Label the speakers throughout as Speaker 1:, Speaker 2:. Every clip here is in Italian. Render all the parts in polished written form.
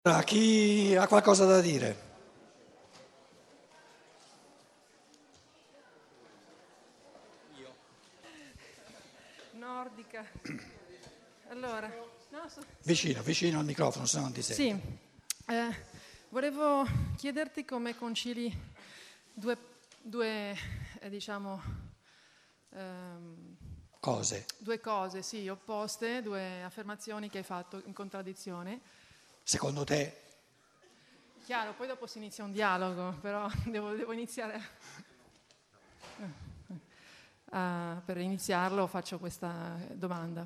Speaker 1: Chi ha qualcosa da dire?
Speaker 2: Nordica. Allora, no,
Speaker 1: Vicino al microfono, se no non ti
Speaker 2: sì,
Speaker 1: senti.
Speaker 2: volevo chiederti come concili due diciamo,
Speaker 1: Cose.
Speaker 2: due cose, sì, opposte, due affermazioni che hai fatto in contraddizione.
Speaker 1: Secondo te?
Speaker 2: Chiaro, poi dopo si inizia un dialogo, però devo iniziare. Per iniziarlo faccio questa domanda.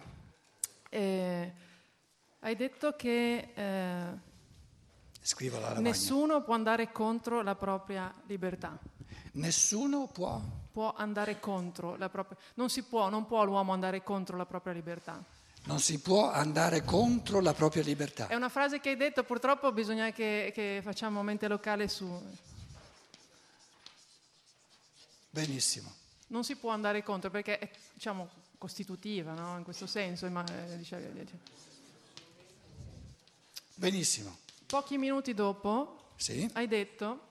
Speaker 2: Hai detto che
Speaker 1: Scrivo alla lavagna.
Speaker 2: nessuno può andare contro la propria libertà.
Speaker 1: Nessuno può.
Speaker 2: Può andare contro la propria. Non può l'uomo andare contro la propria libertà.
Speaker 1: Non si può andare contro la propria libertà.
Speaker 2: È una frase che hai detto, purtroppo bisogna che facciamo mente locale su.
Speaker 1: Benissimo.
Speaker 2: Non si può andare contro perché è, diciamo, costitutiva, no? In questo senso.
Speaker 1: Benissimo.
Speaker 2: Pochi minuti dopo
Speaker 1: Sì.
Speaker 2: hai detto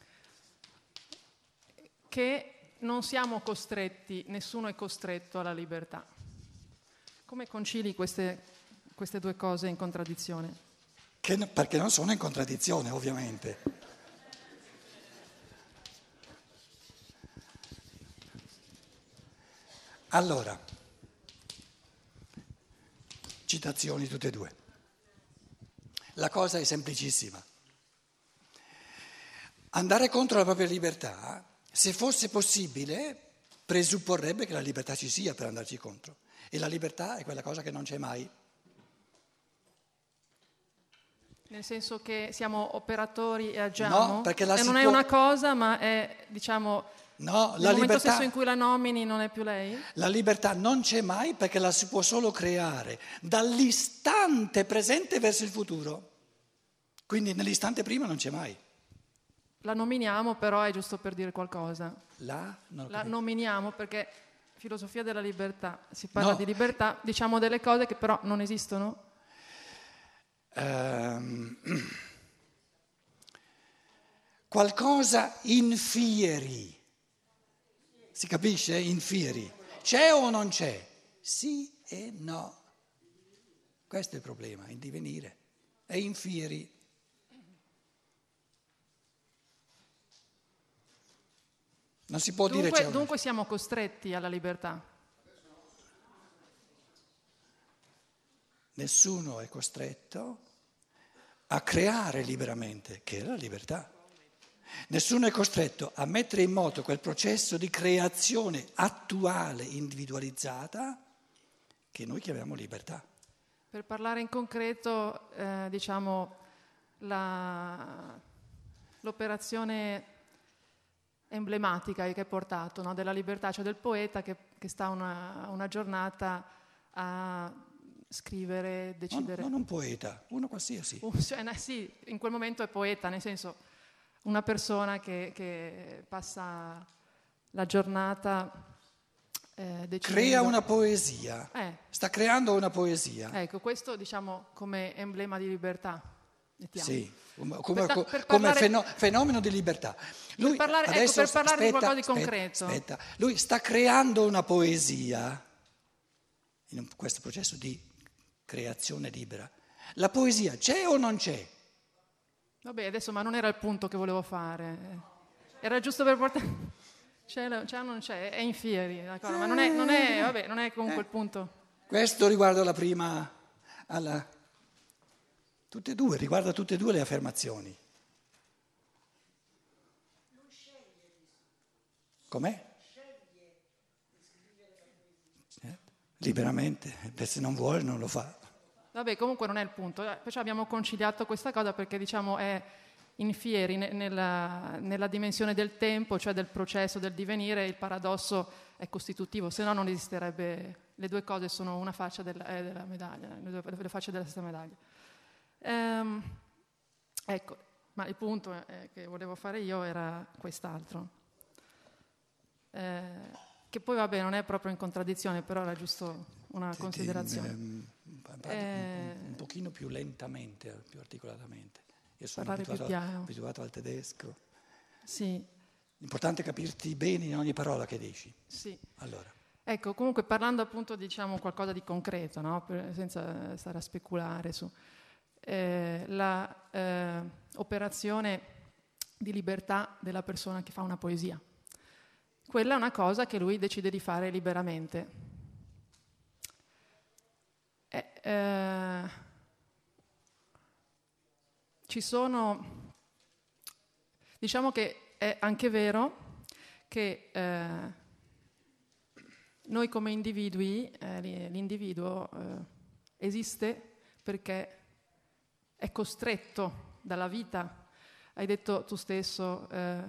Speaker 2: che non siamo costretti, nessuno è costretto alla libertà. Come concili queste due cose in contraddizione?
Speaker 1: Perché non sono in contraddizione, ovviamente. Allora, citazioni tutte e due. La cosa è semplicissima. Andare contro la propria libertà, se fosse possibile, presupporrebbe che la libertà ci sia per andarci contro. E la libertà è quella cosa che non c'è mai.
Speaker 2: Nel senso che siamo operatori e agiamo?
Speaker 1: No, perché
Speaker 2: e non è una cosa, ma è, diciamo,
Speaker 1: no,
Speaker 2: nel momento stesso in cui la nomini non è più lei?
Speaker 1: La libertà non c'è mai perché la si può solo creare dall'istante presente verso il futuro. Quindi nell'istante prima non c'è mai.
Speaker 2: La nominiamo, però è giusto per dire qualcosa.
Speaker 1: La
Speaker 2: Nominiamo perché filosofia della libertà, si parla di libertà, diciamo delle cose che però non esistono?
Speaker 1: Qualcosa infieri. Si capisce? Infieri. C'è o non c'è? Sì e no. Questo è il problema, il divenire. È infieri. Non si può dire c'è o non c'è.
Speaker 2: Dunque siamo costretti alla libertà.
Speaker 1: Nessuno è costretto a creare liberamente, che è la libertà. Nessuno è costretto a mettere in moto quel processo di creazione attuale, individualizzata, che noi chiamiamo libertà.
Speaker 2: Per parlare in concreto, diciamo, l'operazione emblematica che hai portato, no? Della libertà, cioè del poeta che sta una giornata a scrivere, decidere.
Speaker 1: Non un poeta, uno qualsiasi.
Speaker 2: Sì, in quel momento è poeta, nel senso una persona che passa la giornata decidendo.
Speaker 1: Crea una poesia, sta creando una poesia.
Speaker 2: Ecco, questo diciamo come emblema di libertà. Mettiamo.
Speaker 1: Sì, come fenomeno di libertà. Lui
Speaker 2: per parlare di qualcosa di concreto.
Speaker 1: Lui sta creando una poesia in questo processo di creazione libera. La poesia c'è o non c'è?
Speaker 2: Vabbè, adesso ma non era il punto che volevo fare. Era giusto per portare. C'è o non c'è? È in fieri, d'accordo? Ma non è comunque il punto.
Speaker 1: Questo riguarda la prima, riguarda tutte e due le affermazioni. Com'è? Liberamente, se non vuole non lo fa.
Speaker 2: Vabbè, comunque non è il punto. Perciò abbiamo conciliato questa cosa perché diciamo è in fieri nella dimensione del tempo, cioè del processo del divenire, il paradosso è costitutivo, se no non esisterebbe. Le due cose sono una faccia della medaglia, le facce della stessa medaglia. Ecco, ma il punto che volevo fare io era quest'altro. Che poi vabbè non è proprio in contraddizione, però era giusto una considerazione.
Speaker 1: Un pochino più lentamente, più articolatamente. Io sono
Speaker 2: Parlare più piano.
Speaker 1: abituato al tedesco.
Speaker 2: Sì.
Speaker 1: L'importante è capirti bene in ogni parola che dici.
Speaker 2: Sì.
Speaker 1: Allora.
Speaker 2: Ecco, comunque parlando appunto, diciamo, qualcosa di concreto, no? Senza stare a speculare su la operazione di libertà della persona che fa una poesia. Quella è una cosa che lui decide di fare liberamente. Ci sono, diciamo che è anche vero che noi come individui, l'individuo esiste perché è costretto dalla vita. Hai detto tu stesso,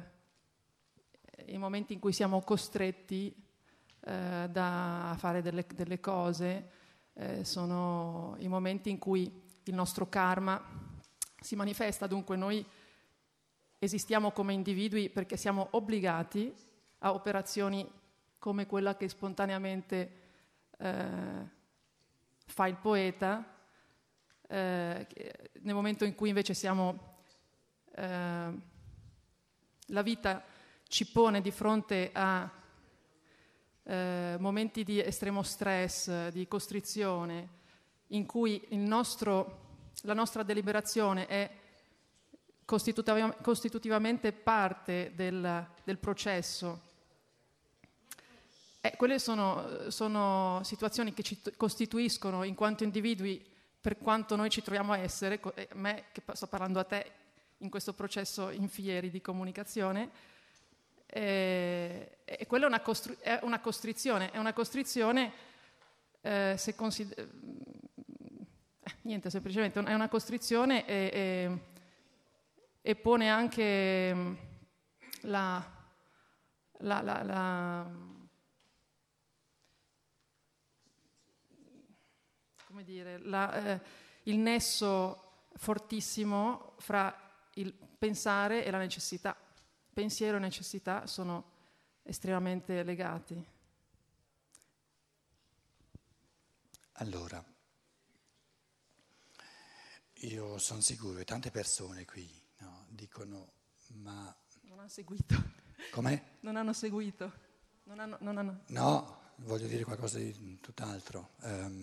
Speaker 2: i momenti in cui siamo costretti a fare delle cose sono i momenti in cui il nostro karma si manifesta. Dunque noi esistiamo come individui perché siamo obbligati a operazioni come quella che spontaneamente fa il poeta, nel momento in cui invece la vita ci pone di fronte a momenti di estremo stress, di costrizione, in cui la nostra deliberazione è costitutivamente parte del processo. Quelle sono situazioni che ci costituiscono in quanto individui, per quanto noi ci troviamo a essere, me che sto parlando a te in questo processo in fieri di comunicazione, e quella è una costrizione, niente, semplicemente è una costrizione e pone anche come dire, il nesso fortissimo fra il pensare e la necessità. Pensiero e necessità sono estremamente legati.
Speaker 1: Allora, io sono sicuro che tante persone qui dicono, ma...
Speaker 2: Non hanno seguito.
Speaker 1: Com'è?
Speaker 2: Non hanno seguito. Non hanno...
Speaker 1: No, voglio dire qualcosa di tutt'altro.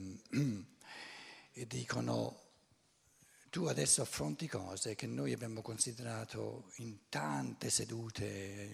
Speaker 1: E dicono, tu adesso affronti cose che noi abbiamo considerato in tante sedute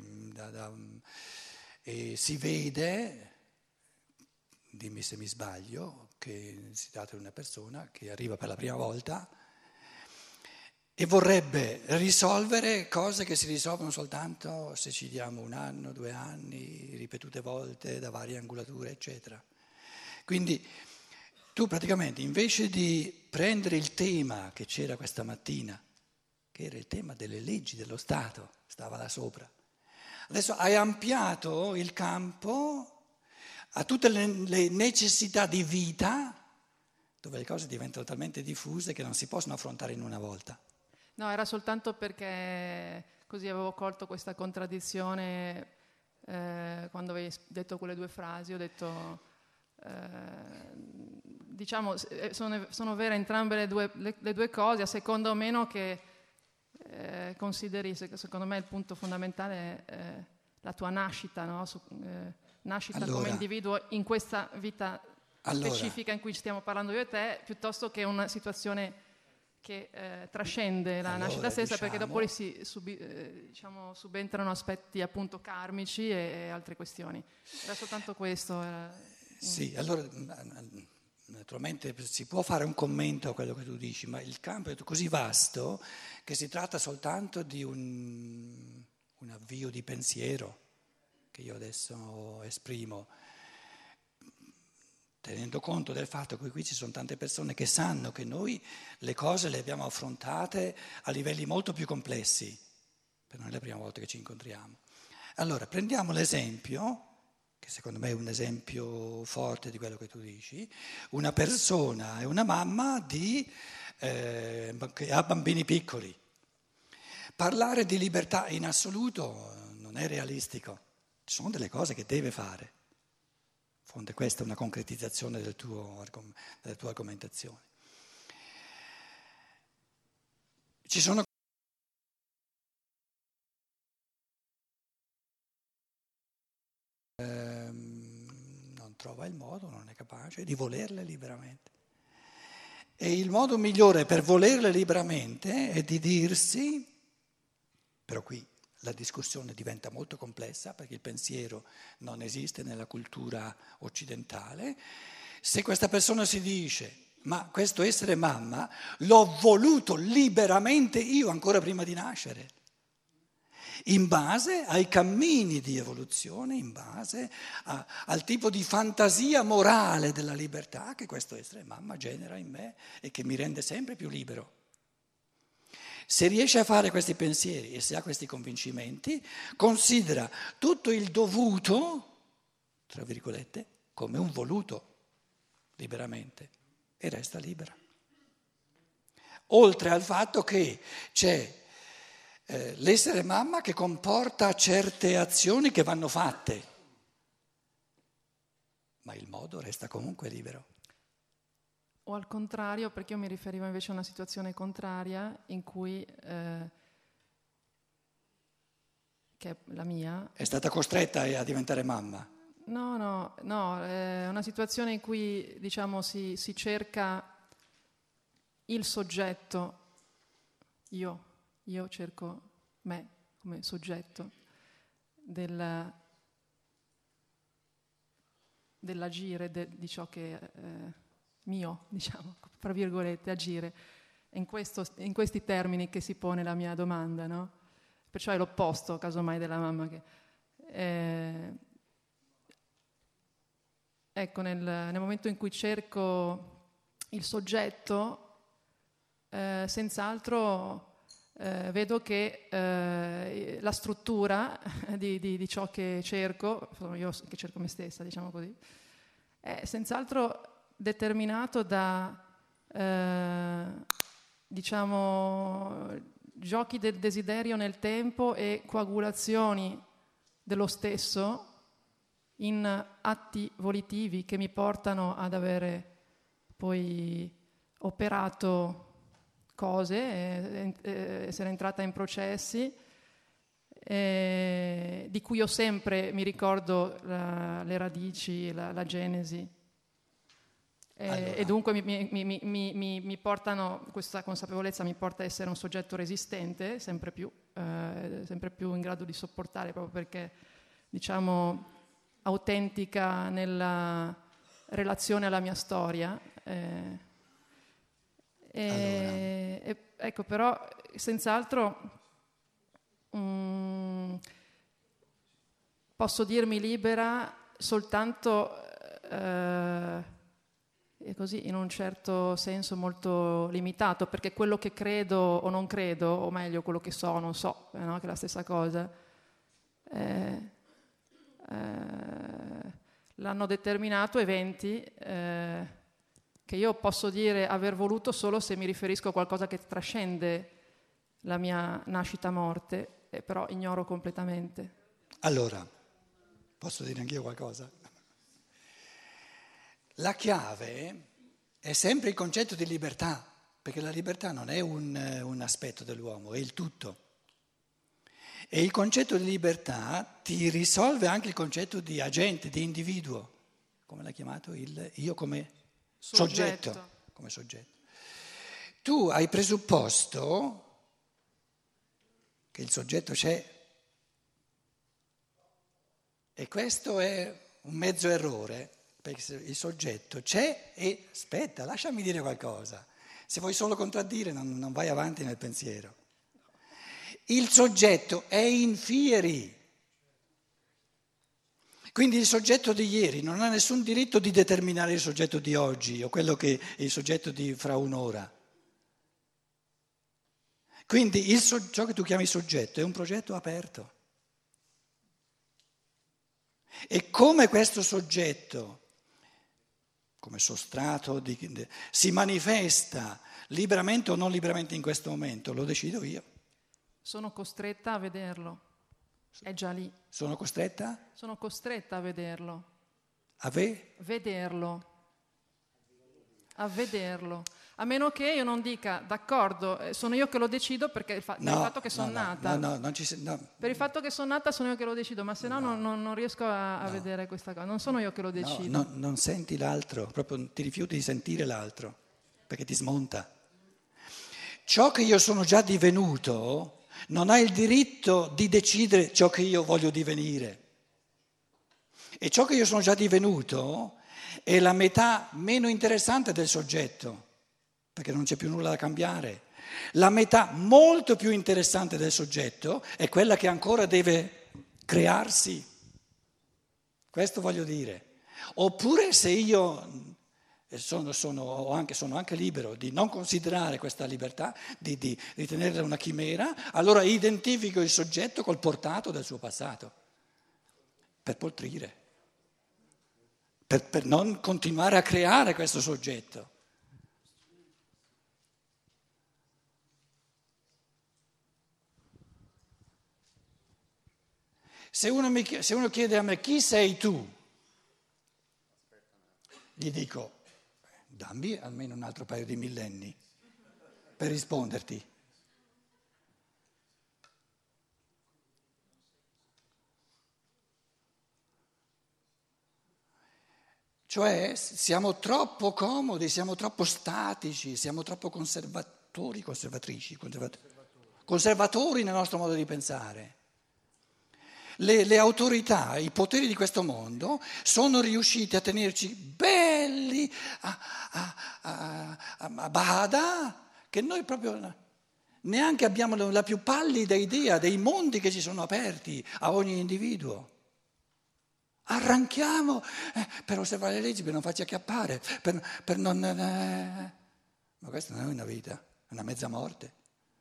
Speaker 1: e si vede, dimmi se mi sbaglio, che si tratta di una persona che arriva per la prima volta e vorrebbe risolvere cose che si risolvono soltanto se ci diamo 1 anno, 2 anni, ripetute volte, da varie angolature, eccetera. Quindi tu praticamente invece di prendere il tema che c'era questa mattina, che era il tema delle leggi dello Stato, stava là sopra, adesso hai ampliato il campo a tutte le necessità di vita, dove le cose diventano talmente diffuse che non si possono affrontare in una volta.
Speaker 2: No, era soltanto perché così avevo colto questa contraddizione quando avevi detto quelle 2 frasi. Ho detto, diciamo, sono vere entrambe le due cose, a secondo meno che consideri, secondo me il punto fondamentale è la tua nascita, no? Nascita
Speaker 1: allora,
Speaker 2: come individuo in questa vita specifica in cui stiamo parlando io e te, piuttosto che una situazione che trascende la nascita stessa, perché dopo lì subentrano aspetti appunto karmici e altre questioni. Era soltanto questo.
Speaker 1: Sì, allora naturalmente si può fare un commento a quello che tu dici, ma il campo è così vasto che si tratta soltanto di un avvio di pensiero che io adesso esprimo, tenendo conto del fatto che qui ci sono tante persone che sanno che noi le cose le abbiamo affrontate a livelli molto più complessi, per noi è la prima volta che ci incontriamo. Allora, prendiamo l'esempio, che secondo me è un esempio forte di quello che tu dici, una persona e una mamma che ha bambini piccoli. Parlare di libertà in assoluto non è realistico, ci sono delle cose che deve fare. Questa è una concretizzazione della tua argomentazione. Ci sono non trova il modo, non è capace di volerle liberamente. E il modo migliore per volerle liberamente è di dirsi, però qui la discussione diventa molto complessa perché il pensiero non esiste nella cultura occidentale. Se questa persona si dice, ma questo essere mamma l'ho voluto liberamente io ancora prima di nascere, in base ai cammini di evoluzione, in base al tipo di fantasia morale della libertà che questo essere mamma genera in me e che mi rende sempre più libero. Se riesce a fare questi pensieri e se ha questi convincimenti, considera tutto il dovuto, tra virgolette, come un voluto liberamente e resta libera. Oltre al fatto che c'è l'essere mamma che comporta certe azioni che vanno fatte, ma il modo resta comunque libero.
Speaker 2: O al contrario, perché io mi riferivo invece a una situazione contraria in cui, che è la mia...
Speaker 1: È stata costretta a diventare mamma?
Speaker 2: No, è una situazione in cui, diciamo, si cerca il soggetto, io cerco me come soggetto dell'agire, di ciò che è mio, diciamo, tra virgolette, agire. È in questi termini che si pone la mia domanda, no? Perciò è l'opposto, casomai, della mamma che... ecco, nel momento in cui cerco il soggetto, senz'altro vedo che la struttura di ciò che cerco, sono io che cerco me stessa, diciamo così, è senz'altro determinato da, diciamo, giochi del desiderio nel tempo e coagulazioni dello stesso in atti volitivi che mi portano ad avere poi operato cose, essere entrata in processi di cui io sempre mi ricordo le radici, la genesi. Allora. E dunque mi portano, questa consapevolezza mi porta a essere un soggetto resistente, sempre più in grado di sopportare, proprio perché, diciamo, autentica nella relazione alla mia storia. Ecco, però senz'altro posso dirmi libera soltanto così, in un certo senso molto limitato, perché quello che credo o non credo, o meglio quello che so o non so, no? Che è la stessa cosa, l'hanno determinato eventi che io posso dire aver voluto solo se mi riferisco a qualcosa che trascende la mia nascita-morte, però ignoro completamente.
Speaker 1: Allora, posso dire anch'io qualcosa? La chiave è sempre il concetto di libertà, perché la libertà non è un aspetto dell'uomo, è il tutto. E il concetto di libertà ti risolve anche il concetto di agente, di individuo, come l'ha chiamato il io come soggetto, come soggetto. Tu hai presupposto che il soggetto c'è e questo è un mezzo errore, perché il soggetto c'è e aspetta, lasciami dire qualcosa. Se vuoi solo contraddire non vai avanti nel pensiero. Il soggetto è in fieri. Quindi il soggetto di ieri non ha nessun diritto di determinare il soggetto di oggi o quello che è il soggetto di fra un'ora. Quindi ciò che tu chiami soggetto è un progetto aperto. E come questo soggetto, come sostrato, si manifesta liberamente o non liberamente in questo momento, lo decido io.
Speaker 2: Sono costretta a vederlo. È già lì.
Speaker 1: Sono costretta?
Speaker 2: Sono costretta a vederlo.
Speaker 1: A
Speaker 2: vederlo. A vederlo. A meno che io non dica, d'accordo, sono io che lo decido perché per il fatto che sono nata. Per il fatto che sono nata sono io che lo decido, ma se no, non riesco a vedere questa cosa. Non sono io che lo decido.
Speaker 1: Non senti l'altro, proprio ti rifiuti di sentire l'altro, perché ti smonta. Ciò che io sono già divenuto non ha il diritto di decidere ciò che io voglio divenire. E ciò che io sono già divenuto è la metà meno interessante del soggetto, perché non c'è più nulla da cambiare. La metà molto più interessante del soggetto è quella che ancora deve crearsi. Questo voglio dire. Oppure se io sono anche libero di non considerare questa libertà, di ritenerla una chimera, allora identifico il soggetto col portato del suo passato, per poltrire, per non continuare a creare questo soggetto. Se uno chiede a me chi sei tu, gli dico dammi almeno un altro paio di millenni per risponderti. Cioè siamo troppo comodi, siamo troppo statici, siamo troppo conservatori nel nostro modo di pensare. Le autorità, i poteri di questo mondo sono riusciti a tenerci belli a bada, che noi proprio neanche abbiamo la più pallida idea dei mondi che ci sono aperti a ogni individuo. Arranchiamo per osservare le leggi, per non farci acchiappare, per non... Ma questa non è una vita, è una mezza morte.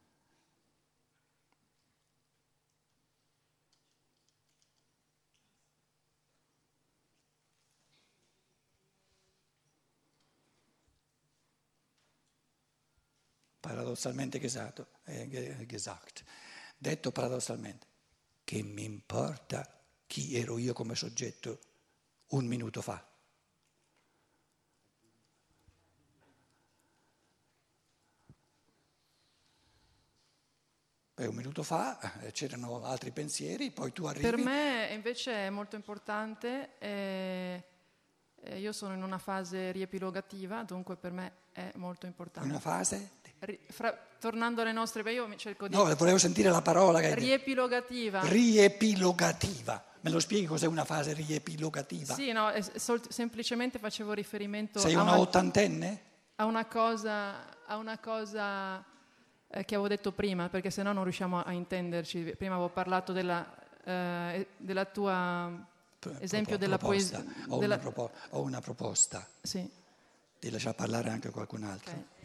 Speaker 1: Paradossalmente gesagt, detto paradossalmente, che mi importa chi ero io come soggetto un minuto fa? Beh, un minuto fa c'erano altri pensieri, poi tu arrivi...
Speaker 2: Per me invece è molto importante, io sono in una fase riepilogativa, dunque per me è molto importante.
Speaker 1: Una fase?
Speaker 2: Tornando alle nostre... io cerco di...
Speaker 1: No, volevo sentire la parola che hai detto.
Speaker 2: Riepilogativa.
Speaker 1: Riepilogativa. Me lo spieghi cos'è una fase riepilogativa?
Speaker 2: Sì, no, semplicemente facevo riferimento...
Speaker 1: Sei una ottantenne?
Speaker 2: A una cosa che avevo detto prima, perché sennò non riusciamo a intenderci. Prima avevo parlato della tua esempio della poesia.
Speaker 1: Ho una proposta.
Speaker 2: Sì.
Speaker 1: Di lasciar parlare anche qualcun altro.
Speaker 2: Okay.